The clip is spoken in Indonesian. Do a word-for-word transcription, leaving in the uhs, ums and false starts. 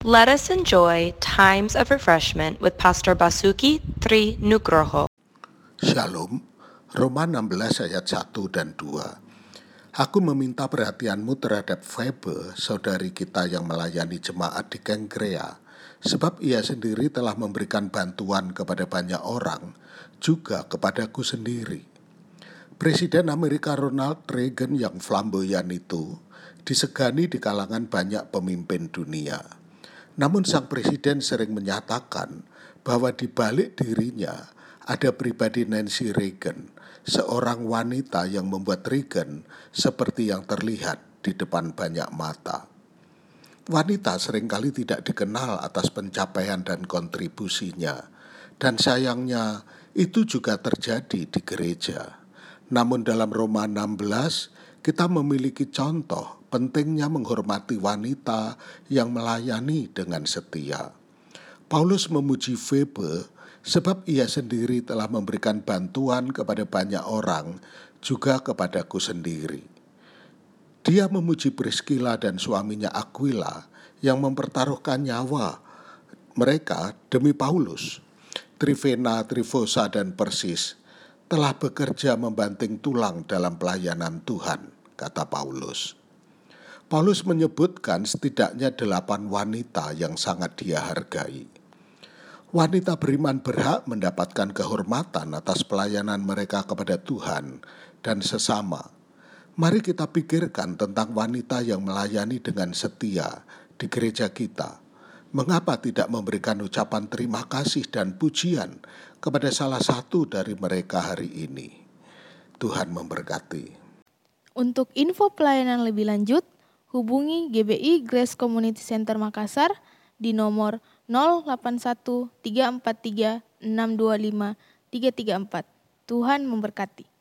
Let us enjoy times of refreshment with Pastor Basuki Tri Nugroho. Shalom, Roma enam belas ayat satu dan dua. Aku meminta perhatianmu terhadap Febe, saudari kita yang melayani jemaat di Kengkrea, sebab ia sendiri telah memberikan bantuan kepada banyak orang, juga kepadaku sendiri. Presiden Amerika Ronald Reagan yang flamboyan itu disegani di kalangan banyak pemimpin dunia. Namun sang presiden sering menyatakan bahwa di balik dirinya ada pribadi Nancy Reagan, seorang wanita yang membuat Reagan seperti yang terlihat di depan banyak mata. Wanita seringkali tidak dikenal atas pencapaian dan kontribusinya, dan sayangnya itu juga terjadi di gereja. Namun dalam Roma enam belas, kita memiliki contoh pentingnya menghormati wanita yang melayani dengan setia. Paulus memuji Febe sebab ia sendiri telah memberikan bantuan kepada banyak orang, juga kepadaku sendiri. Dia memuji Priscilla dan suaminya Aquila yang mempertaruhkan nyawa mereka demi Paulus. Trifena, Trifosa, dan Persis telah bekerja membanting tulang dalam pelayanan Tuhan, kata Paulus. Paulus menyebutkan setidaknya delapan wanita yang sangat dia hargai. Wanita beriman berhak mendapatkan kehormatan atas pelayanan mereka kepada Tuhan dan sesama. Mari kita pikirkan tentang wanita yang melayani dengan setia di gereja kita. Mengapa tidak memberikan ucapan terima kasih dan pujian kepada salah satu dari mereka hari ini? Tuhan memberkati. Untuk info pelayanan lebih lanjut, hubungi G B I Grace Community Center Makassar di nomor nol delapan satu tiga empat tiga enam dua lima tiga tiga empat. Tuhan memberkati.